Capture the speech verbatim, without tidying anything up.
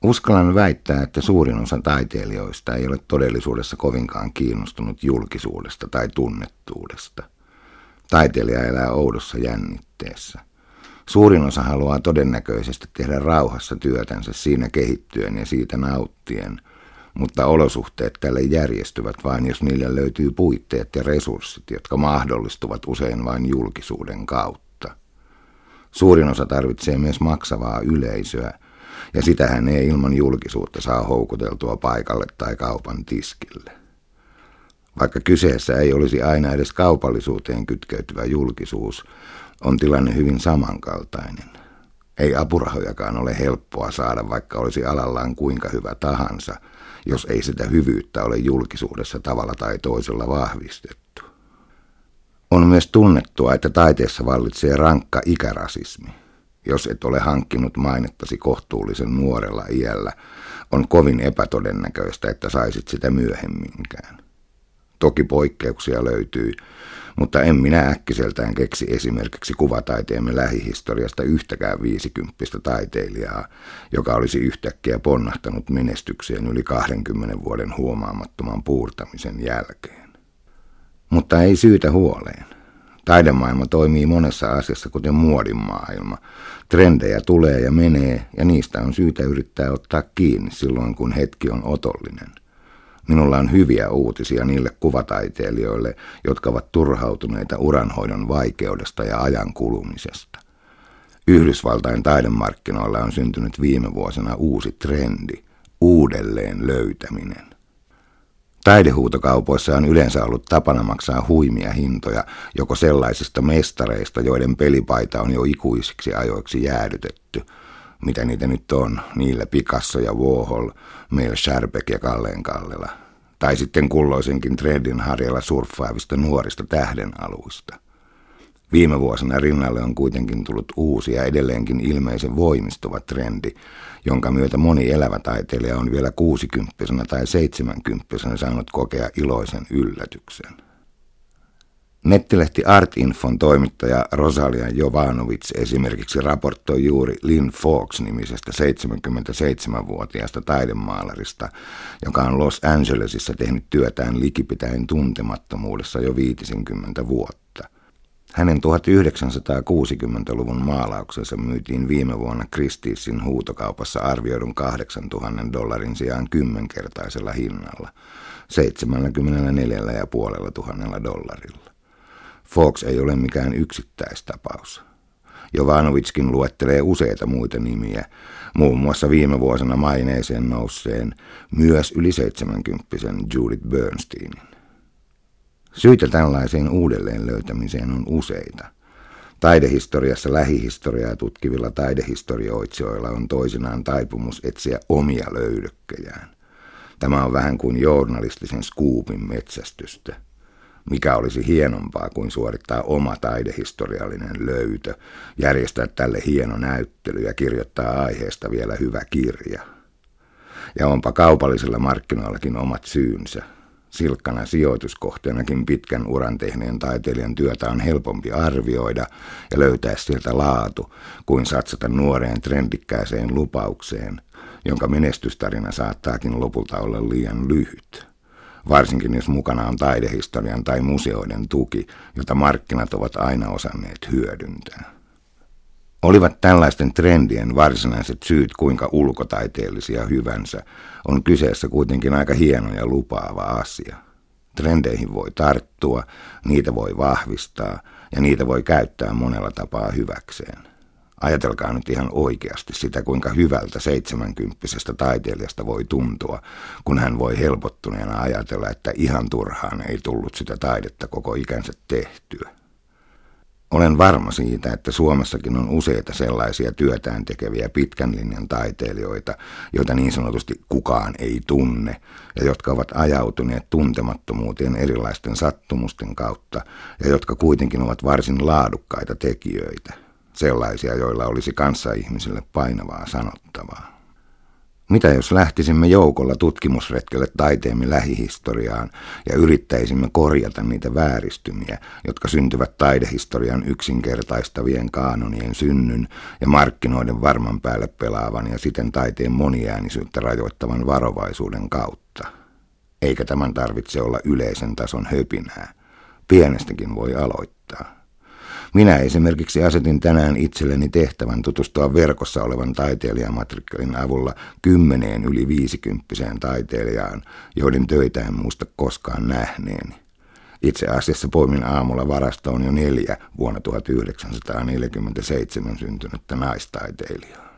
Uskallan väittää, että suurin osa taiteilijoista ei ole todellisuudessa kovinkaan kiinnostunut julkisuudesta tai tunnettuudesta. Taiteilija elää oudossa jännitteessä. Suurin osa haluaa todennäköisesti tehdä rauhassa työtänsä siinä kehittyen ja siitä nauttien, mutta olosuhteet tälle järjestyvät vain, jos niille löytyy puitteet ja resurssit, jotka mahdollistuvat usein vain julkisuuden kautta. Suurin osa tarvitsee myös maksavaa yleisöä, ja sitähän ei ilman julkisuutta saa houkuteltua paikalle tai kaupan tiskille. Vaikka kyseessä ei olisi aina edes kaupallisuuteen kytkeytyvä julkisuus, on tilanne hyvin samankaltainen. Ei apurahojakaan ole helppoa saada, vaikka olisi alallaan kuinka hyvä tahansa, jos ei sitä hyvyyttä ole julkisuudessa tavalla tai toisella vahvistettu. On myös tunnettua, että taiteessa vallitsee rankka ikärasismi. Jos et ole hankkinut mainettasi kohtuullisen nuorella iällä, on kovin epätodennäköistä, että saisit sitä myöhemminkään. Toki poikkeuksia löytyy, mutta en minä äkkiseltään keksi esimerkiksi kuvataiteemme lähihistoriasta yhtäkään viisikymppistä taiteilijaa, joka olisi yhtäkkiä ponnahtanut menestykseen yli kahdenkymmenen vuoden huomaamattoman puurtamisen jälkeen. Mutta ei syytä huoleen. Taidemaailma toimii monessa asiassa kuten muodin maailma. Trendejä tulee ja menee, ja niistä on syytä yrittää ottaa kiinni silloin, kun hetki on otollinen. Minulla on hyviä uutisia niille kuvataiteilijoille, jotka ovat turhautuneita uranhoidon vaikeudesta ja ajan kulumisesta. Yhdysvaltain taidemarkkinoilla on syntynyt viime vuosina uusi trendi, uudelleen löytäminen. Taidehuutokaupoissa on yleensä ollut tapana maksaa huimia hintoja joko sellaisista mestareista, joiden pelipaita on jo ikuisiksi ajoiksi jäädytetty, mitä niitä nyt on, niillä Picasso ja Warhol, meillä Scherbeck ja Kalleen Kallela, tai sitten kulloisenkin trendin harjalla surffaavista nuorista tähdenaluista. Viime vuosina rinnalle on kuitenkin tullut uusi ja edelleenkin ilmeisen voimistuva trendi, jonka myötä moni elävä taiteilija on vielä kuusikymppisenä tai seitsemänkymppisenä saanut kokea iloisen yllätyksen. Nettilehti Art-Infon toimittaja Rosalia Jovanovic esimerkiksi raportoi juuri Lynn Fawkes-nimisestä seitsemänkymmentäseitsemänvuotiaasta taidemaalarista, joka on Los Angelesissa tehnyt työtään likipitäen tuntemattomuudessa jo viitisenkymmentä vuotta. Hänen tuhatyhdeksänsataakuusikymmentäluvun maalauksensa myytiin viime vuonna Christiesin huutokaupassa arvioidun kahdeksantuhannen dollarin sijaan kymmenkertaisella hinnalla, seitsemänkymmentäneljä pilkku viisi tuhatta dollarilla. Fawkes ei ole mikään yksittäistapaus. Jovanovickin luettelee useita muita nimiä, muun muassa viime vuosina maineeseen nousseen myös yli seitsemänkymppisen Judith Bernsteinin. Syitä tällaiseen uudelleen löytämiseen on useita. Taidehistoriassa lähihistoriaa tutkivilla taidehistorioitsijoilla on toisinaan taipumus etsiä omia löydökkejään. Tämä on vähän kuin journalistisen skuupin metsästystä. Mikä olisi hienompaa kuin suorittaa oma taidehistoriallinen löytö, järjestää tälle hieno näyttely ja kirjoittaa aiheesta vielä hyvä kirja. Ja onpa kaupallisilla markkinoillakin omat syynsä. Silkkana sijoituskohteenakin pitkän uran tehneen taiteilijan työtä on helpompi arvioida ja löytää sieltä laatu, kuin satsata nuoreen trendikkääseen lupaukseen, jonka menestystarina saattaakin lopulta olla liian lyhyt. Varsinkin jos mukana on taidehistorian tai museoiden tuki, jota markkinat ovat aina osanneet hyödyntää. Olivat tällaisten trendien varsinaiset syyt kuinka ulkotaiteellisia hyvänsä, on kyseessä kuitenkin aika hieno ja lupaava asia. Trendeihin voi tarttua, niitä voi vahvistaa ja niitä voi käyttää monella tapaa hyväkseen. Ajatelkaa nyt ihan oikeasti sitä, kuinka hyvältä seitsemänkymppisestä taiteilijasta voi tuntua, kun hän voi helpottuneena ajatella, että ihan turhaan ei tullut sitä taidetta koko ikänsä tehtyä. Olen varma siitä, että Suomessakin on useita sellaisia työtään tekeviä pitkän linjan taiteilijoita, joita niin sanotusti kukaan ei tunne, ja jotka ovat ajautuneet tuntemattomuuteen erilaisten sattumusten kautta, ja jotka kuitenkin ovat varsin laadukkaita tekijöitä, sellaisia, joilla olisi kanssaihmisille painavaa sanottavaa. Mitä jos lähtisimme joukolla tutkimusretkelle taiteemme lähihistoriaan ja yrittäisimme korjata niitä vääristymiä, jotka syntyvät taidehistorian yksinkertaistavien kaanonien synnyn ja markkinoiden varman päälle pelaavan ja siten taiteen moniäänisyyttä rajoittavan varovaisuuden kautta? Eikä tämän tarvitse olla yleisen tason höpinää. Pienestäkin voi aloittaa. Minä esimerkiksi asetin tänään itselleni tehtävän tutustua verkossa olevan taiteilijamatrikkelin avulla kymmeneen yli viisikymppiseen taiteilijaan, joiden töitä en muista koskaan nähneeni. Itse asiassa poimin aamulla varastoon jo neljä vuonna tuhatyhdeksänsataaneljäkymmentäseitsemän syntynyttä naistaiteilijaa.